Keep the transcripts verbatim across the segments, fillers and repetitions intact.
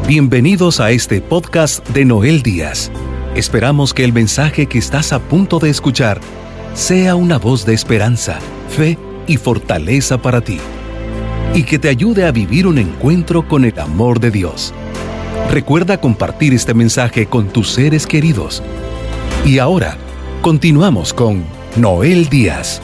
Bienvenidos a este podcast de Noel Díaz. Esperamos que el mensaje que estás a punto de escuchar sea una voz de esperanza, fe y fortaleza para ti, y que te ayude a vivir un encuentro con el amor de Dios. Recuerda compartir este mensaje con tus seres queridos. Y ahora, continuamos con Noel Díaz.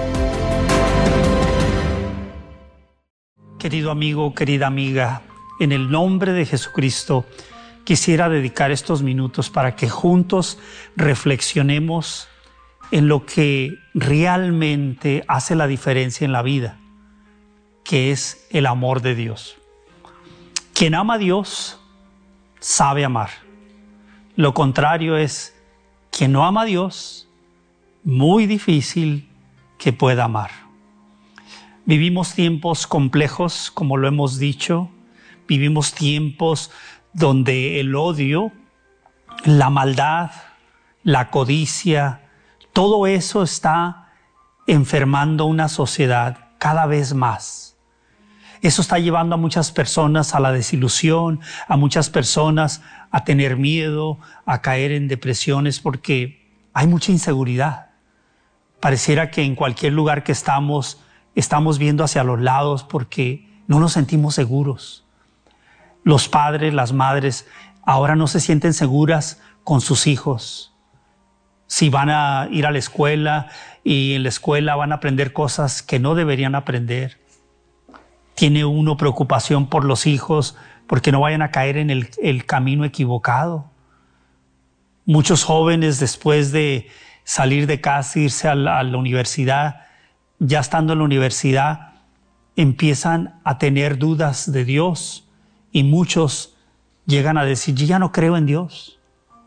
Querido amigo, querida amiga, en el nombre de Jesucristo, quisiera dedicar estos minutos para que juntos reflexionemos en lo que realmente hace la diferencia en la vida, que es el amor de Dios. Quien ama a Dios sabe amar. Lo contrario es, quien no ama a Dios, muy difícil que pueda amar. Vivimos tiempos complejos, como lo hemos dicho. Vivimos tiempos donde el odio, la maldad, la codicia, todo eso está enfermando una sociedad cada vez más. Eso está llevando a muchas personas a la desilusión, a muchas personas a tener miedo, a caer en depresiones porque hay mucha inseguridad. Pareciera que en cualquier lugar que estamos, estamos viendo hacia los lados porque no nos sentimos seguros. Los padres, las madres, ahora no se sienten seguras con sus hijos. Si van a ir a la escuela y en la escuela van a aprender cosas que no deberían aprender. Tiene uno preocupación por los hijos porque no vayan a caer en el, el camino equivocado. Muchos jóvenes, después de salir de casa, irse a la, a la universidad, ya estando en la universidad, empiezan a tener dudas de Dios. Y muchos llegan a decir, yo ya no creo en Dios.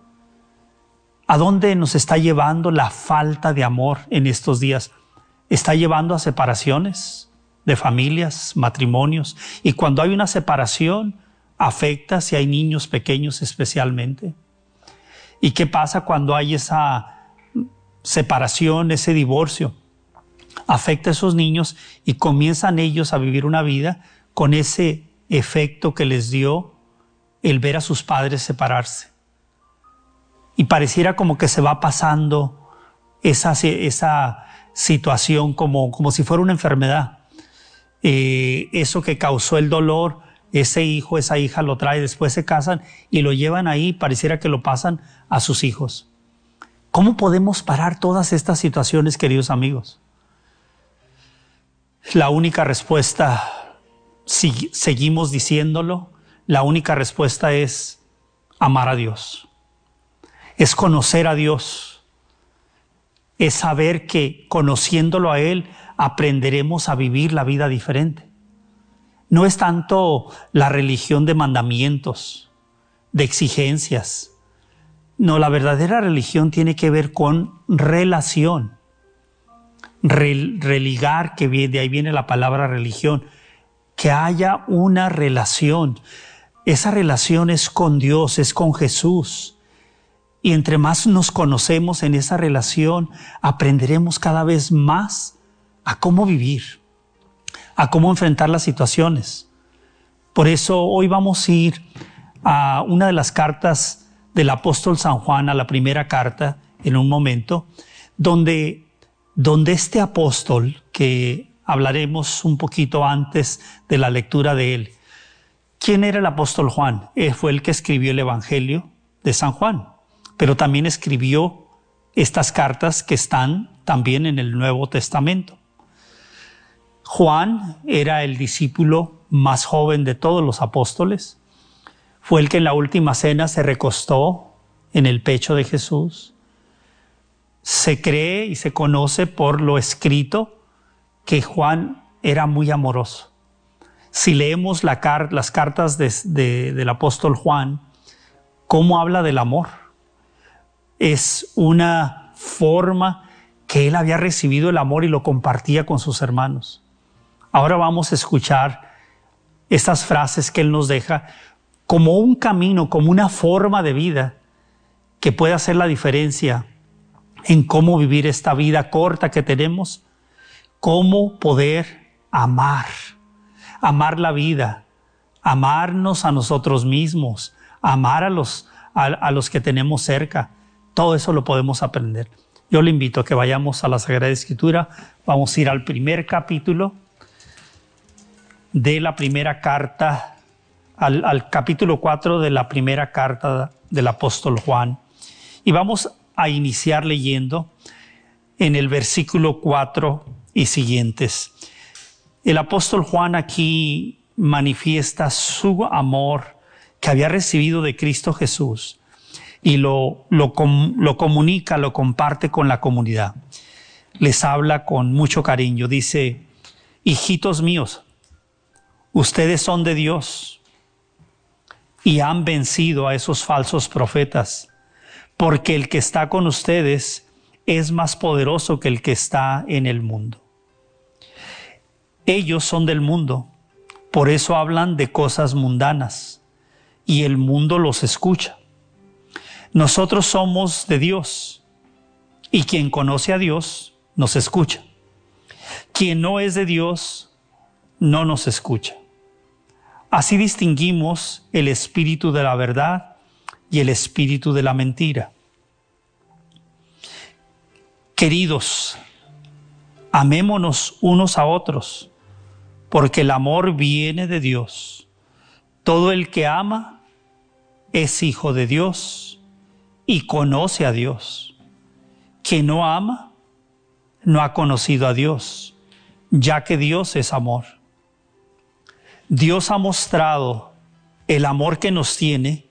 ¿A dónde nos está llevando la falta de amor en estos días? Está llevando a separaciones de familias, matrimonios. Y cuando hay una separación, afecta si hay niños pequeños especialmente. ¿Y qué pasa cuando hay esa separación, ese divorcio? Afecta a esos niños y comienzan ellos a vivir una vida con ese efecto que les dio el ver a sus padres separarse. Y pareciera como que se va pasando esa, esa situación como, como si fuera una enfermedad. Eh, eso que causó el dolor, ese hijo, esa hija lo trae, después se casan y lo llevan ahí, pareciera que lo pasan a sus hijos. ¿Cómo podemos parar todas estas situaciones, queridos amigos? La única respuesta, si seguimos diciéndolo, la única respuesta es amar a Dios. Es conocer a Dios. Es saber que conociéndolo a Él aprenderemos a vivir la vida diferente. No es tanto la religión de mandamientos, de exigencias. No, la verdadera religión tiene que ver con relación. Religar, que de ahí viene la palabra religión. Que haya una relación. Esa relación es con Dios, es con Jesús. Y entre más nos conocemos en esa relación, aprenderemos cada vez más a cómo vivir, a cómo enfrentar las situaciones. Por eso hoy vamos a ir a una de las cartas del apóstol San Juan, a la primera carta, en un momento, donde, donde este apóstol, que hablaremos un poquito antes de la lectura de él. ¿Quién era el apóstol Juan? Él fue el que escribió el Evangelio de San Juan, pero también escribió estas cartas que están también en el Nuevo Testamento. Juan era el discípulo más joven de todos los apóstoles. Fue el que en la última cena se recostó en el pecho de Jesús. Se cree y se conoce por lo escrito que Juan era muy amoroso. Si leemos la car- las cartas de, de, del apóstol Juan, ¿cómo habla del amor? Es una forma que él había recibido el amor y lo compartía con sus hermanos. Ahora vamos a escuchar estas frases que él nos deja como un camino, como una forma de vida que puede hacer la diferencia en cómo vivir esta vida corta que tenemos, cómo poder amar, amar la vida, amarnos a nosotros mismos, amar a los, a, a los que tenemos cerca. Todo eso lo podemos aprender. Yo le invito a que vayamos a la Sagrada Escritura. Vamos a ir al primer capítulo de la primera carta, al, al capítulo cuatro de la primera carta del apóstol Juan. Y vamos a iniciar leyendo en el versículo cuatro y siguientes. El apóstol Juan aquí manifiesta su amor que había recibido de Cristo Jesús y lo, lo, lo comunica, lo comparte con la comunidad. Les habla con mucho cariño. Dice: hijitos míos, ustedes son de Dios y han vencido a esos falsos profetas, porque el que está con ustedes es más poderoso que el que está en el mundo. Ellos son del mundo, por eso hablan de cosas mundanas, y el mundo los escucha. Nosotros somos de Dios, y quien conoce a Dios nos escucha. Quien no es de Dios no nos escucha. Así distinguimos el espíritu de la verdad y el espíritu de la mentira. Queridos, amémonos unos a otros, porque el amor viene de Dios. Todo el que ama es hijo de Dios y conoce a Dios. Quien no ama no ha conocido a Dios, ya que Dios es amor. Dios ha mostrado el amor que nos tiene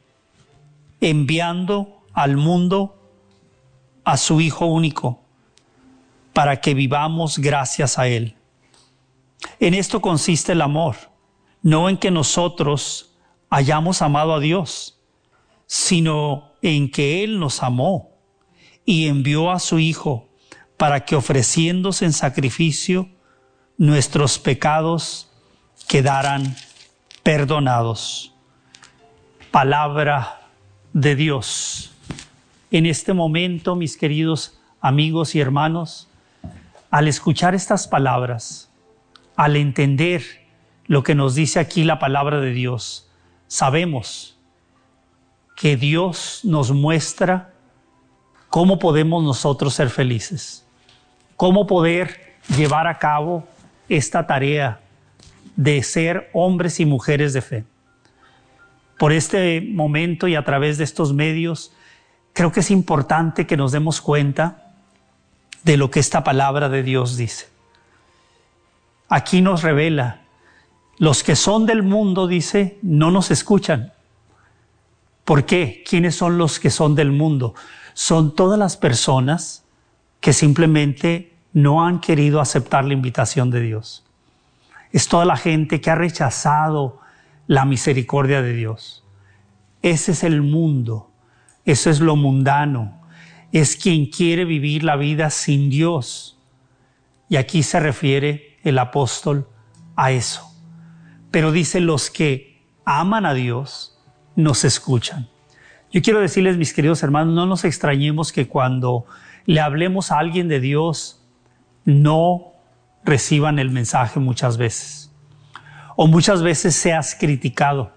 enviando al mundo a su Hijo único, para que vivamos gracias a Él. En esto consiste el amor, no en que nosotros hayamos amado a Dios, sino en que Él nos amó y envió a su Hijo para que, ofreciéndose en sacrificio, nuestros pecados quedaran perdonados. Palabra de Dios. En este momento, mis queridos amigos y hermanos, al escuchar estas palabras, al entender lo que nos dice aquí la palabra de Dios, sabemos que Dios nos muestra cómo podemos nosotros ser felices, cómo poder llevar a cabo esta tarea de ser hombres y mujeres de fe. Por este momento y a través de estos medios, creo que es importante que nos demos cuenta de lo que esta palabra de Dios dice. Aquí nos revela: los que son del mundo, dice, no nos escuchan. ¿Por qué? ¿Quiénes son los que son del mundo? Son todas las personas que simplemente no han querido aceptar la invitación de Dios. Es toda la gente que ha rechazado la misericordia de Dios. Ese es el mundo, eso es lo mundano. Es quien quiere vivir la vida sin Dios. Y aquí se refiere el apóstol a eso. Pero dice: los que aman a Dios nos escuchan. Yo quiero decirles, mis queridos hermanos, no nos extrañemos que cuando le hablemos a alguien de Dios no reciban el mensaje muchas veces. O muchas veces seas criticado.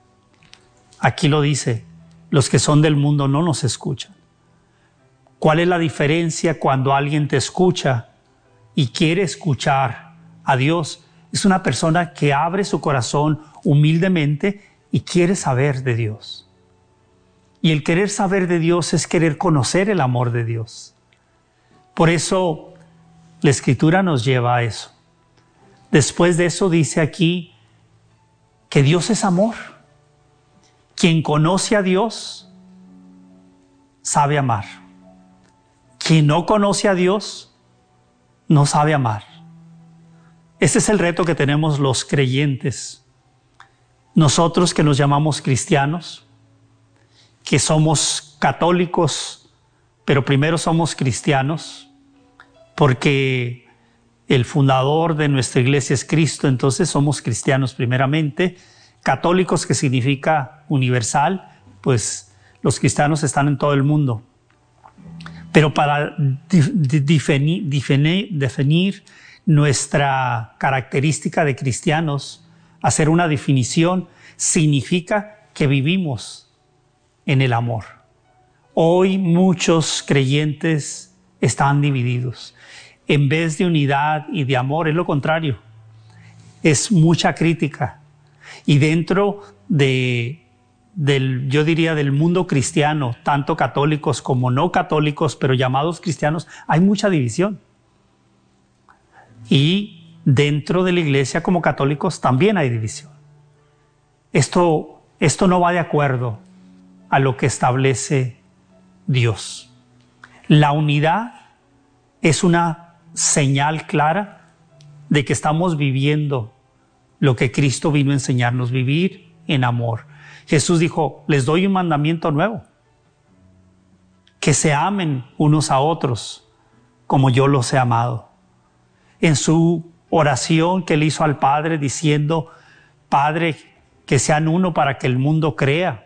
Aquí lo dice: los que son del mundo no nos escuchan. ¿Cuál es la diferencia cuando alguien te escucha y quiere escuchar a Dios? Es una persona que abre su corazón humildemente y quiere saber de Dios. Y el querer saber de Dios es querer conocer el amor de Dios. Por eso la Escritura nos lleva a eso. Después de eso dice aquí que Dios es amor. Quien conoce a Dios sabe amar. Quien no conoce a Dios no sabe amar. Ese es el reto que tenemos los creyentes. Nosotros que nos llamamos cristianos, que somos católicos, pero primero somos cristianos, porque el fundador de nuestra iglesia es Cristo, entonces somos cristianos primeramente. Católicos, que significa universal, pues los cristianos están en todo el mundo. Pero para definir, definir nuestra característica de cristianos, hacer una definición, significa que vivimos en el amor. Hoy muchos creyentes están divididos. En vez de unidad y de amor, es lo contrario. Es mucha crítica. Y dentro de, del, yo diría, del mundo cristiano, tanto católicos como no católicos, pero llamados cristianos, hay mucha división. Y dentro de la iglesia como católicos también hay división. Esto, esto no va de acuerdo a lo que establece Dios. La unidad es una señal clara de que estamos viviendo lo que Cristo vino a enseñarnos, vivir en amor. Jesús dijo, les doy un mandamiento nuevo, que se amen unos a otros como yo los he amado. En su oración que le hizo al Padre diciendo, Padre, que sean uno para que el mundo crea.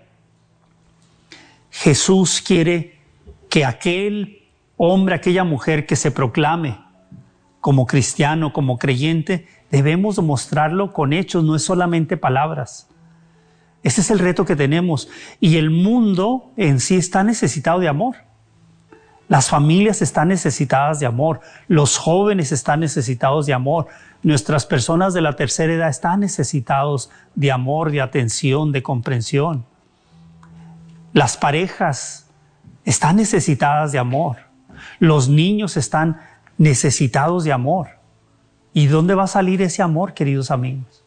Jesús quiere que aquel hombre, aquella mujer que se proclame como cristiano, como creyente, debemos mostrarlo con hechos, no es solamente palabras. Ese es el reto que tenemos. Y el mundo en sí está necesitado de amor. Las familias están necesitadas de amor. Los jóvenes están necesitados de amor. Nuestras personas de la tercera edad están necesitados de amor, de atención, de comprensión. Las parejas están necesitadas de amor. Los niños están necesitados de amor. ¿Y dónde va a salir ese amor, queridos amigos?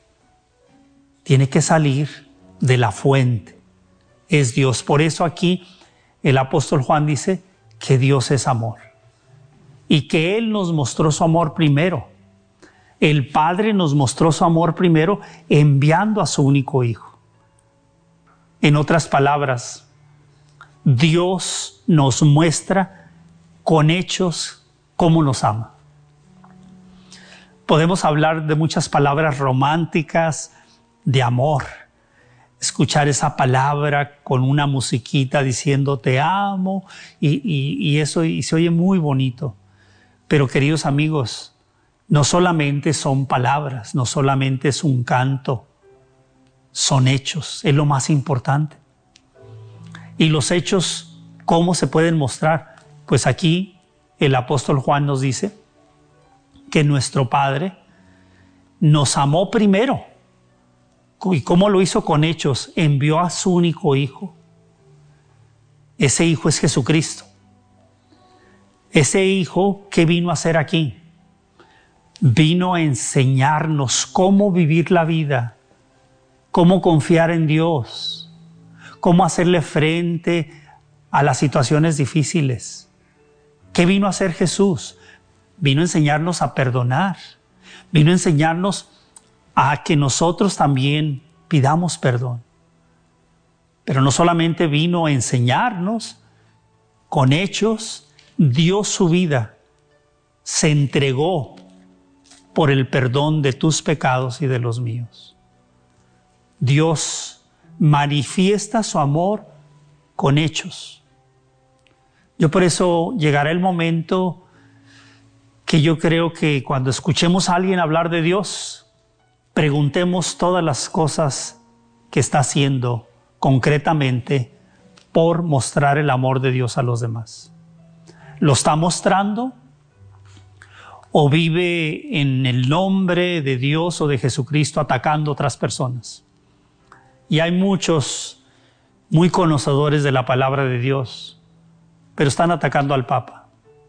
Tiene que salir de la fuente. Es Dios. Por eso aquí el apóstol Juan dice que Dios es amor. Y que Él nos mostró su amor primero. El Padre nos mostró su amor primero enviando a su único Hijo. En otras palabras, Dios nos muestra con hechos cómo nos ama. Podemos hablar de muchas palabras románticas de amor. Escuchar esa palabra con una musiquita diciendo te amo y, y, y eso y se oye muy bonito. Pero queridos amigos, no solamente son palabras, no solamente es un canto, son hechos, es lo más importante. Y los hechos, ¿cómo se pueden mostrar? Pues aquí el apóstol Juan nos dice que nuestro Padre nos amó primero. ¿Y cómo lo hizo? Con hechos. Envió a su único Hijo. Ese Hijo es Jesucristo. Ese Hijo, ¿qué vino a hacer aquí? Vino a enseñarnos cómo vivir la vida, cómo confiar en Dios, cómo hacerle frente a las situaciones difíciles. ¿Qué vino a hacer Jesús? Vino a enseñarnos a perdonar. Vino a enseñarnos a que nosotros también pidamos perdón. Pero no solamente vino a enseñarnos, con hechos, dio su vida, se entregó por el perdón de tus pecados y de los míos. Dios manifiesta su amor con hechos. Yo por eso llegará el momento que yo creo que cuando escuchemos a alguien hablar de Dios, preguntemos todas las cosas que está haciendo concretamente por mostrar el amor de Dios a los demás. ¿Lo está mostrando? ¿O vive en el nombre de Dios o de Jesucristo atacando a otras personas? Y hay muchos muy conocedores de la palabra de Dios, pero están atacando al Papa.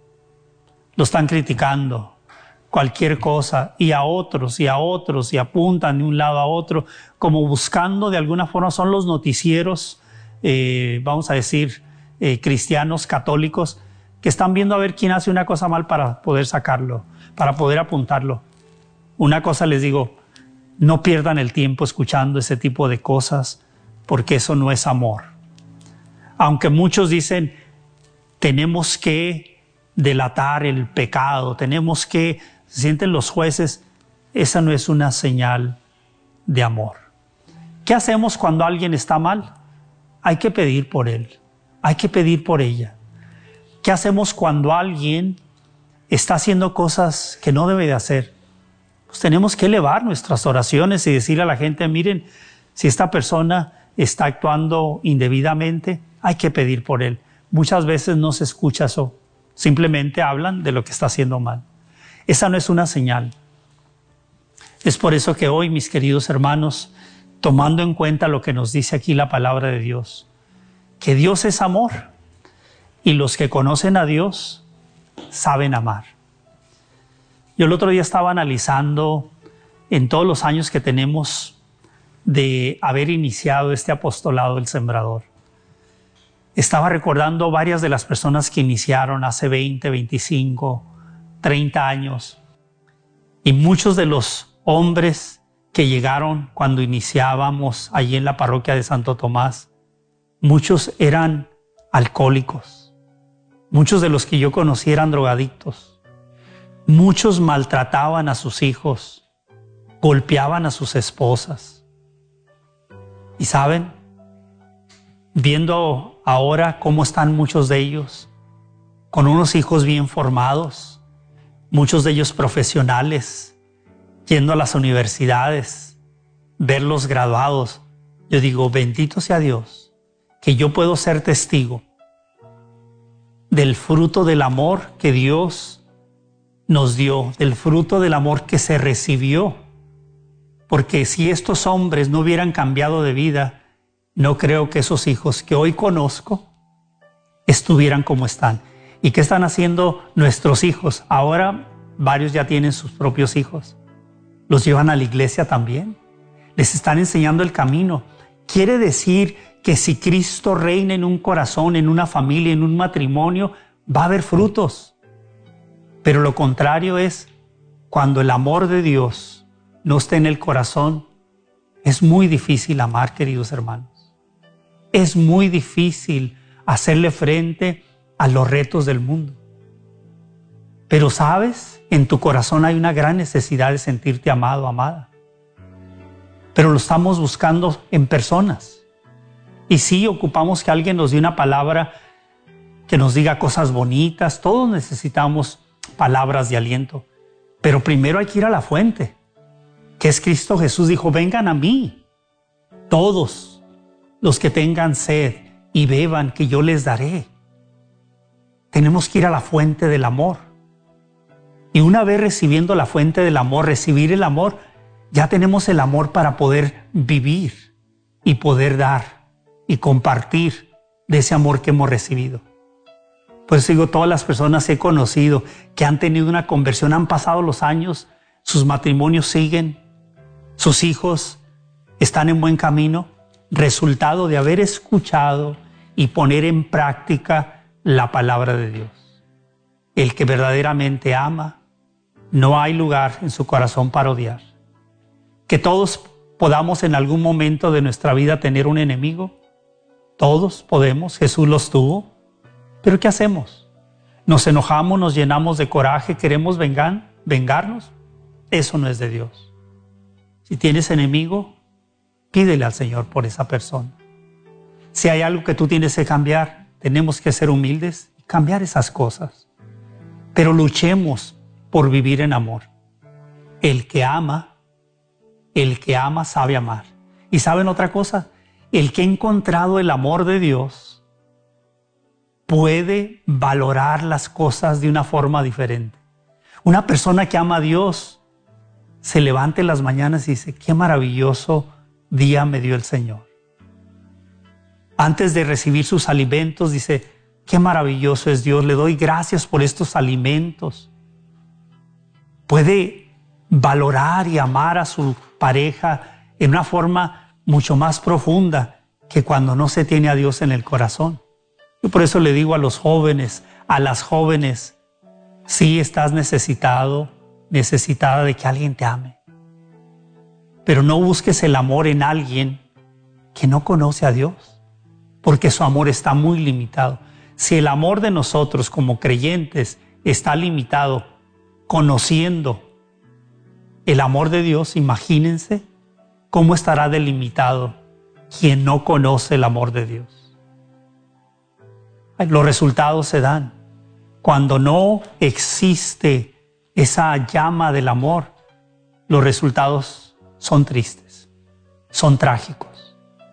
Lo están criticando, cualquier cosa, y a otros, y a otros, y apuntan de un lado a otro, como buscando de alguna forma, son los noticieros, eh, vamos a decir, eh, cristianos, católicos, que están viendo a ver quién hace una cosa mal para poder sacarlo, para poder apuntarlo. Una cosa les digo, no pierdan el tiempo escuchando ese tipo de cosas, porque eso no es amor. Aunque muchos dicen, tenemos que delatar el pecado, tenemos que, se sienten los jueces, esa no es una señal de amor. ¿Qué hacemos cuando alguien está mal? Hay que pedir por él, hay que pedir por ella. ¿Qué hacemos cuando alguien está haciendo cosas que no debe de hacer? pues tenemos que elevar nuestras oraciones y decirle a la gente, miren, si esta persona está actuando indebidamente, hay que pedir por él. Muchas veces no se escucha eso, simplemente hablan de lo que está haciendo mal. Esa no es una señal. Es por eso que hoy, mis queridos hermanos, tomando en cuenta lo que nos dice aquí la palabra de Dios, que Dios es amor y los que conocen a Dios saben amar. Yo el otro día estaba analizando en todos los años que tenemos de haber iniciado este apostolado del Sembrador. Estaba recordando varias de las personas que iniciaron hace veinte, veinticinco, treinta años. Y muchos de los hombres que llegaron cuando iniciábamos allí en la parroquia de Santo Tomás, muchos eran alcohólicos. Muchos de los que yo conocí eran drogadictos. Muchos maltrataban a sus hijos, golpeaban a sus esposas. Y saben, viendo ahora cómo están muchos de ellos, con unos hijos bien formados, muchos de ellos profesionales, yendo a las universidades, verlos graduados, yo digo, bendito sea Dios, que yo puedo ser testigo del fruto del amor que Dios nos dio, del fruto del amor que se recibió. Porque si estos hombres no hubieran cambiado de vida, no creo que esos hijos que hoy conozco estuvieran como están. ¿Y qué están haciendo nuestros hijos? Ahora varios ya tienen sus propios hijos. Los llevan a la iglesia también. Les están enseñando el camino. Quiere decir que si Cristo reina en un corazón, en una familia, en un matrimonio, va a haber frutos. Pero lo contrario es cuando el amor de Dios no está en el corazón, es muy difícil amar, queridos hermanos. Es muy difícil hacerle frente a los retos del mundo. Pero sabes, en tu corazón hay una gran necesidad de sentirte amado, amada. Pero lo estamos buscando en personas. Y sí, ocupamos que alguien nos dé una palabra que nos diga cosas bonitas. Todos necesitamos palabras de aliento. Pero primero hay que ir a la fuente, que es Cristo Jesús. Dijo, vengan a mí, todos los que tengan sed y beban, que yo les daré. Tenemos que ir a la fuente del amor. Y una vez recibiendo la fuente del amor, recibir el amor, ya tenemos el amor para poder vivir y poder dar y compartir de ese amor que hemos recibido. Por eso digo, todas las personas que he conocido que han tenido una conversión, han pasado los años, sus matrimonios siguen, sus hijos están en buen camino, resultado de haber escuchado y poner en práctica la palabra de Dios. El que verdaderamente ama, no hay lugar en su corazón para odiar. Que todos podamos en algún momento de nuestra vida tener un enemigo. Todos podemos, Jesús los tuvo. Pero ¿qué hacemos? ¿Nos enojamos, nos llenamos de coraje, queremos vengar, vengarnos? Eso no es de Dios. Si tienes enemigo, pídele al Señor por esa persona. Si hay algo que tú tienes que cambiar, tenemos que ser humildes y cambiar esas cosas. Pero luchemos por vivir en amor. El que ama, el que ama sabe amar. ¿Y saben otra cosa? El que ha encontrado el amor de Dios puede valorar las cosas de una forma diferente. Una persona que ama a Dios se levanta en las mañanas y dice, qué maravilloso día me dio el Señor. Antes de recibir sus alimentos dice, qué maravilloso es Dios, le doy gracias por estos alimentos. Puede valorar y amar a su pareja en una forma mucho más profunda que cuando no se tiene a Dios en el corazón. Yo por eso le digo a los jóvenes, a las jóvenes, sí estás necesitado, necesitada de que alguien te ame. Pero no busques el amor en alguien que no conoce a Dios, porque su amor está muy limitado. Si el amor de nosotros como creyentes está limitado, conociendo el amor de Dios, imagínense cómo estará delimitado quien no conoce el amor de Dios. Los resultados se dan cuando no existe esa llama del amor. los resultados son tristes, son trágicos.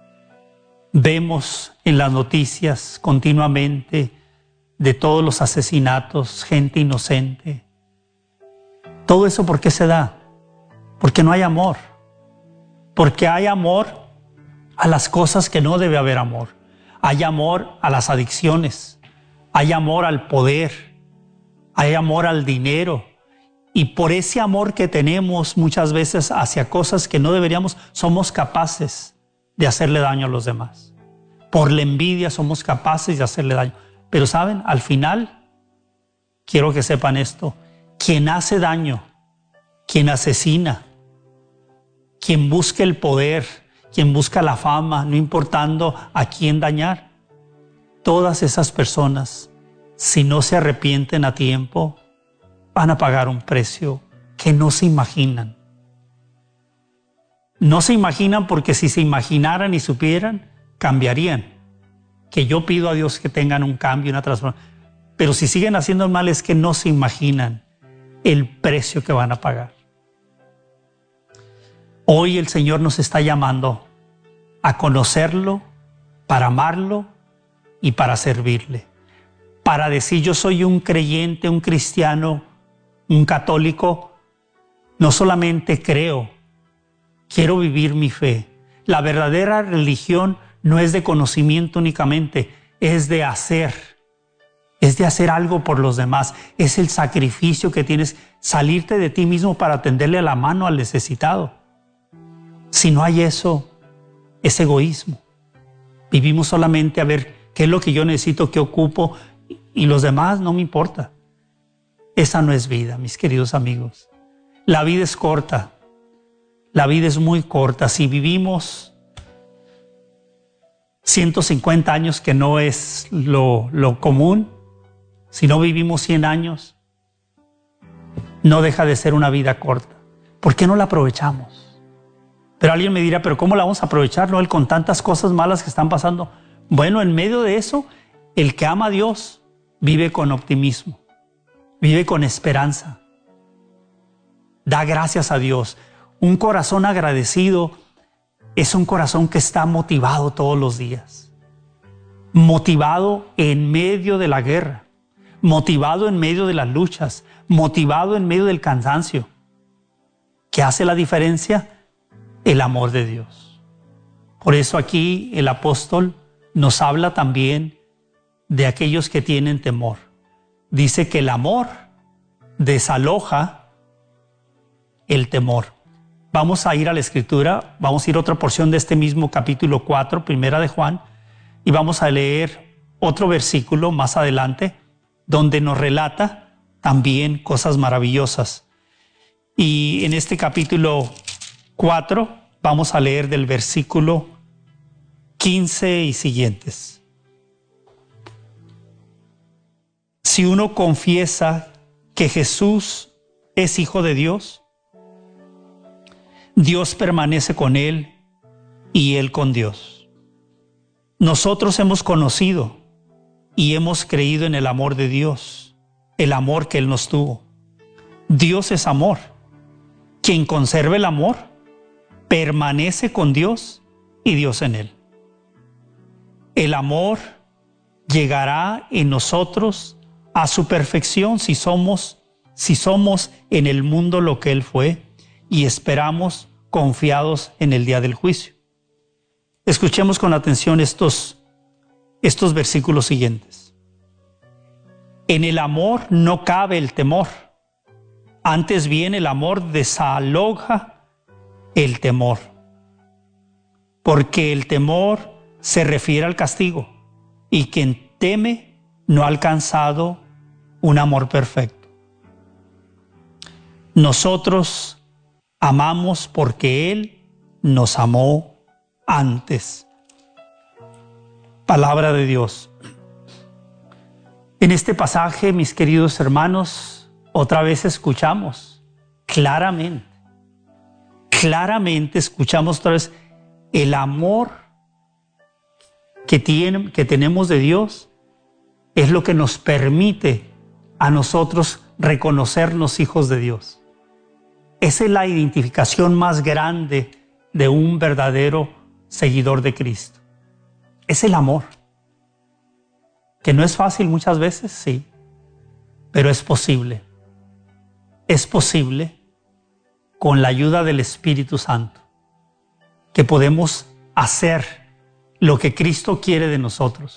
Vemos en las noticias continuamente de todos los asesinatos, gente inocente. Todo eso, ¿por qué se da? Porque no hay amor. Porque hay amor a las cosas que no debe haber amor. Hay amor a las adicciones. Hay amor al poder. Hay amor al dinero. Y por ese amor que tenemos muchas veces hacia cosas que no deberíamos, somos capaces de hacerle daño a los demás. Por la envidia somos capaces de hacerle daño. Pero ¿saben? Al final, quiero que sepan esto, quien hace daño, quien asesina, quien busca el poder, quien busca la fama, no importando a quién dañar, todas esas personas, si no se arrepienten a tiempo, van a pagar un precio que no se imaginan. No se imaginan porque si se imaginaran y supieran, cambiarían. Que yo pido a Dios que tengan un cambio, una transformación. Pero si siguen haciendo mal es que no se imaginan el precio que van a pagar. Hoy el Señor nos está llamando a conocerlo, para amarlo y para servirle. Para decir yo soy un creyente, un cristiano, un católico, no solamente creo, quiero vivir mi fe. La verdadera religión no es de conocimiento únicamente, es de hacer. Es de hacer algo por los demás. Es el sacrificio que tienes, salirte de ti mismo para tenderle la mano al necesitado. Si no hay eso, es egoísmo. Vivimos solamente a ver qué es lo que yo necesito, qué ocupo, y los demás no me importa. Esa no es vida, mis queridos amigos. La vida es corta. La vida es muy corta. Si vivimos ciento cincuenta años, que no es lo, lo común, si no vivimos cien años, no deja de ser una vida corta. ¿Por qué no la aprovechamos? Pero alguien me dirá, ¿pero cómo la vamos a aprovechar, Noel, con tantas cosas malas que están pasando? Bueno, en medio de eso, el que ama a Dios vive con optimismo, vive con esperanza. Da gracias a Dios. Un corazón agradecido es un corazón que está motivado todos los días. Motivado en medio de la guerra. Motivado en medio de las luchas. Motivado en medio del cansancio. ¿Qué hace la diferencia? El amor de Dios. Por eso aquí el apóstol nos habla también de aquellos que tienen temor. Dice que el amor desaloja el temor. Vamos a ir a la Escritura, vamos a ir a otra porción de este mismo capítulo cuatro, primera de Juan, y vamos a leer otro versículo más adelante, donde nos relata también cosas maravillosas. Y en este capítulo cuatro vamos a leer del versículo quince y siguientes. Si uno confiesa que Jesús es Hijo de Dios, Dios permanece con él y él con Dios. Nosotros hemos conocido y hemos creído en el amor de Dios, el amor que Él nos tuvo. Dios es amor. Quien conserva el amor permanece con Dios y Dios en él. El amor llegará en nosotros a su perfección si somos, si somos en el mundo lo que Él fue y esperamos confiados en el día del juicio. Escuchemos con atención estos, estos versículos siguientes. En el amor no cabe el temor. Antes bien, el amor desaloja el temor. Porque el temor se refiere al castigo. Y quien teme no ha alcanzado un amor perfecto. Nosotros amamos porque Él nos amó antes. Palabra de Dios. En este pasaje, mis queridos hermanos, otra vez escuchamos claramente, claramente escuchamos otra vez el amor que, tiene, que tenemos de Dios es lo que nos permite a nosotros reconocernos hijos de Dios. Esa es la identificación más grande de un verdadero seguidor de Cristo. Es el amor. Que no es fácil muchas veces, sí, pero es posible. Es posible con la ayuda del Espíritu Santo, que podemos hacer lo que Cristo quiere de nosotros.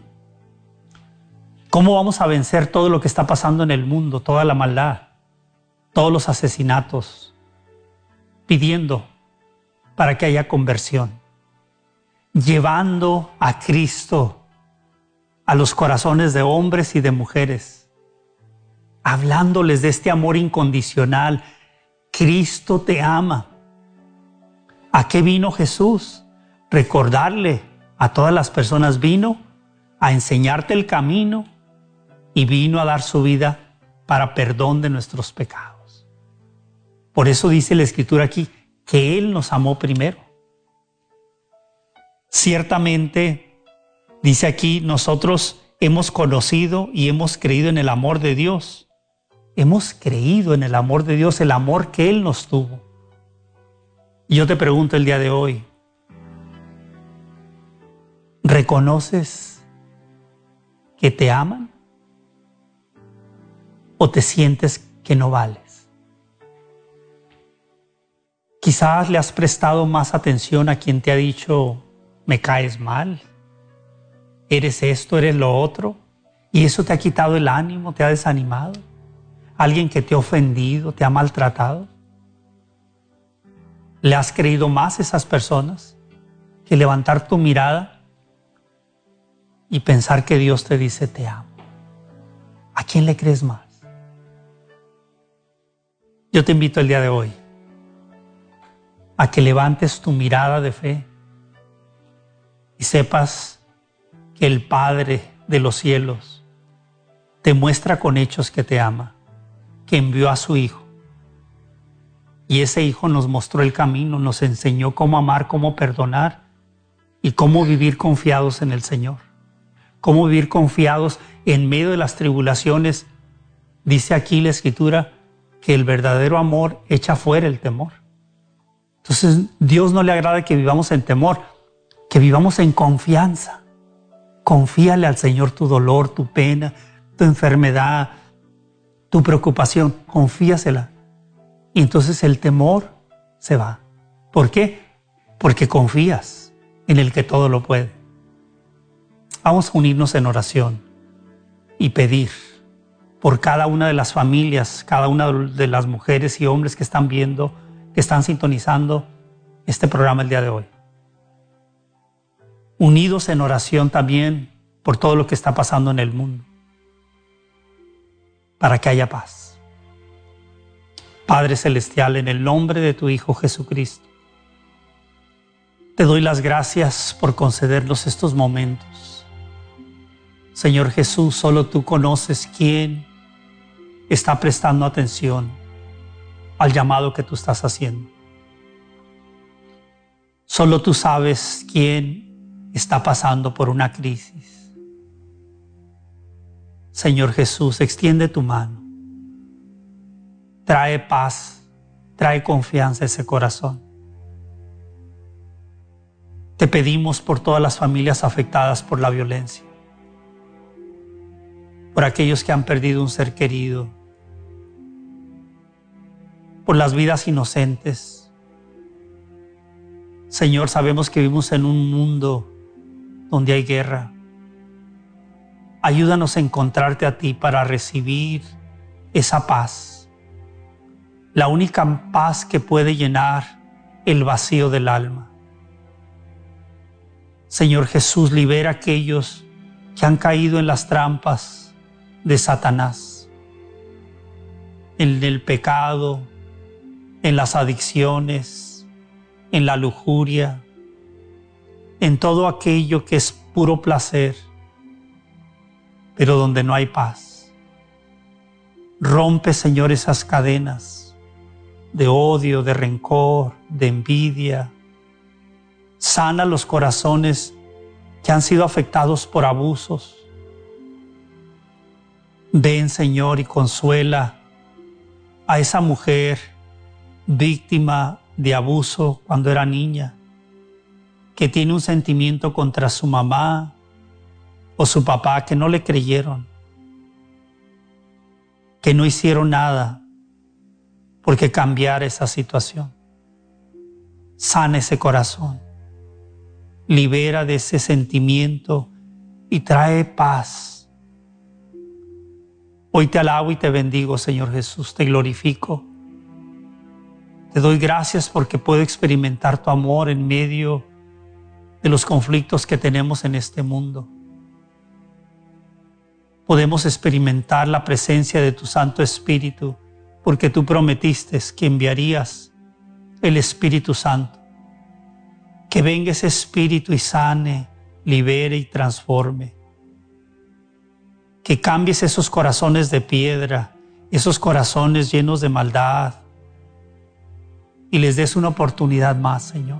¿Cómo vamos a vencer todo lo que está pasando en el mundo, toda la maldad, todos los asesinatos? Pidiendo para que haya conversión, llevando a Cristo a los corazones de hombres y de mujeres, hablándoles de este amor incondicional. Cristo te ama. ¿A qué vino Jesús? Recordarle a todas las personas, vino a enseñarte el camino y vino a dar su vida para perdón de nuestros pecados. Por eso dice la Escritura aquí que Él nos amó primero. Ciertamente, dice aquí, nosotros hemos conocido y hemos creído en el amor de Dios. Hemos creído en el amor de Dios, el amor que Él nos tuvo. Y yo te pregunto el día de hoy, ¿reconoces que te aman? ¿O te sientes que no vales? Quizás le has prestado más atención a quien te ha dicho, me caes mal, eres esto, eres lo otro, y eso te ha quitado el ánimo, te ha desanimado. Alguien que te ha ofendido, te ha maltratado. ¿Le has creído más a esas personas que levantar tu mirada y pensar que Dios te dice te amo? ¿A quién le crees más? Yo te invito el día de hoy a que levantes tu mirada de fe y sepas que el Padre de los cielos te muestra con hechos que te ama, que envió a su Hijo. Y ese Hijo nos mostró el camino, nos enseñó cómo amar, cómo perdonar y cómo vivir confiados en el Señor. Cómo vivir confiados en medio de las tribulaciones. Dice aquí la Escritura que el verdadero amor echa fuera el temor. Entonces, Dios no le agrada que vivamos en temor, que vivamos en confianza. Confíale al Señor tu dolor, tu pena, tu enfermedad, tu preocupación. Confíasela. Y entonces el temor se va. ¿Por qué? Porque confías en el que todo lo puede. Vamos a unirnos en oración y pedir por cada una de las familias, cada una de las mujeres y hombres que están viendo, que están sintonizando este programa el día de hoy. Unidos en oración también por todo lo que está pasando en el mundo, para que haya paz. Padre Celestial, en el nombre de tu Hijo Jesucristo, te doy las gracias por concedernos estos momentos. Señor Jesús, solo tú conoces quién está prestando atención al llamado que tú estás haciendo. Solo tú sabes quién está pasando por una crisis. Señor Jesús, extiende tu mano. Trae paz, trae confianza a ese corazón. Te pedimos por todas las familias afectadas por la violencia, por aquellos que han perdido un ser querido, por las vidas inocentes. Señor, sabemos que vivimos en un mundo donde hay guerra. Ayúdanos a encontrarte a ti para recibir esa paz. La única paz que puede llenar el vacío del alma. Señor Jesús, libera a aquellos que han caído en las trampas de Satanás, en el pecado, en las adicciones, en la lujuria, en todo aquello que es puro placer, pero donde no hay paz. Rompe, Señor, esas cadenas de odio, de rencor, de envidia. Sana los corazones que han sido afectados por abusos. Ven, Señor, y consuela a esa mujer víctima de abuso cuando era niña, que tiene un sentimiento contra su mamá o su papá que no le creyeron, que no hicieron nada porque cambiara esa situación. Sana ese corazón, libera de ese sentimiento y trae paz. Hoy te alabo y te bendigo, Señor Jesús, te glorifico. Te doy gracias porque puedo experimentar tu amor en medio de los conflictos que tenemos en este mundo. Podemos experimentar la presencia de tu Santo Espíritu porque tú prometiste que enviarías el Espíritu Santo. Que venga ese Espíritu y sane, libere y transforme. Que cambies esos corazones de piedra, esos corazones llenos de maldad, y les des una oportunidad más, Señor.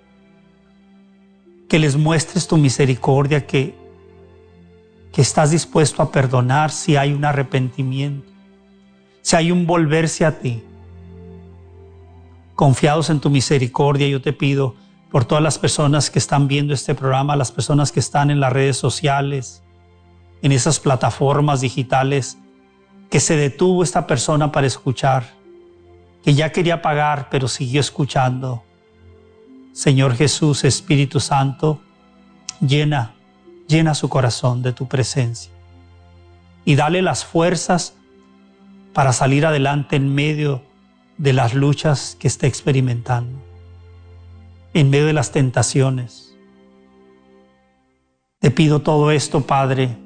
Que les muestres tu misericordia, que, que estás dispuesto a perdonar si hay un arrepentimiento, si hay un volverse a ti. Confiados en tu misericordia, yo te pido por todas las personas que están viendo este programa, las personas que están en las redes sociales, en esas plataformas digitales, que se detuvo esta persona para escuchar, que ya quería pagar, pero siguió escuchando. Señor Jesús, Espíritu Santo, llena, llena su corazón de tu presencia y dale las fuerzas para salir adelante en medio de las luchas que esté experimentando, en medio de las tentaciones. Te pido todo esto, Padre,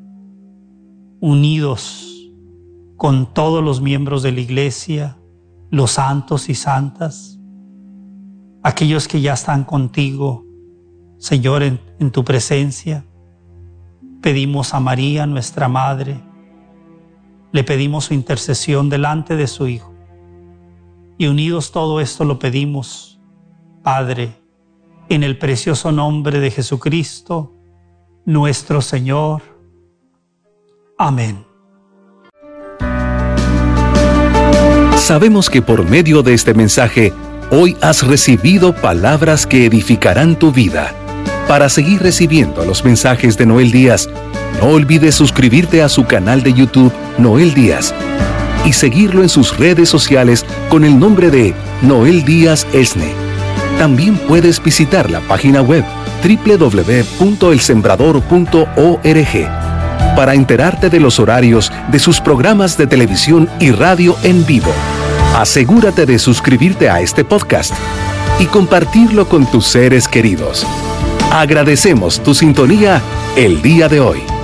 unidos con todos los miembros de la iglesia, los santos y santas, aquellos que ya están contigo, Señor, en, en tu presencia. Pedimos a María, nuestra Madre, le pedimos su intercesión delante de su Hijo. Y unidos todo esto lo pedimos, Padre, en el precioso nombre de Jesucristo, nuestro Señor. Amén. Sabemos que por medio de este mensaje, hoy has recibido palabras que edificarán tu vida. Para seguir recibiendo los mensajes de Noel Díaz, no olvides suscribirte a su canal de YouTube Noel Díaz y seguirlo en sus redes sociales con el nombre de Noel Díaz Esne. También puedes visitar la página web doble u doble u doble u punto el sembrador punto org para enterarte de los horarios de sus programas de televisión y radio en vivo. Asegúrate de suscribirte a este podcast y compartirlo con tus seres queridos. Agradecemos tu sintonía el día de hoy.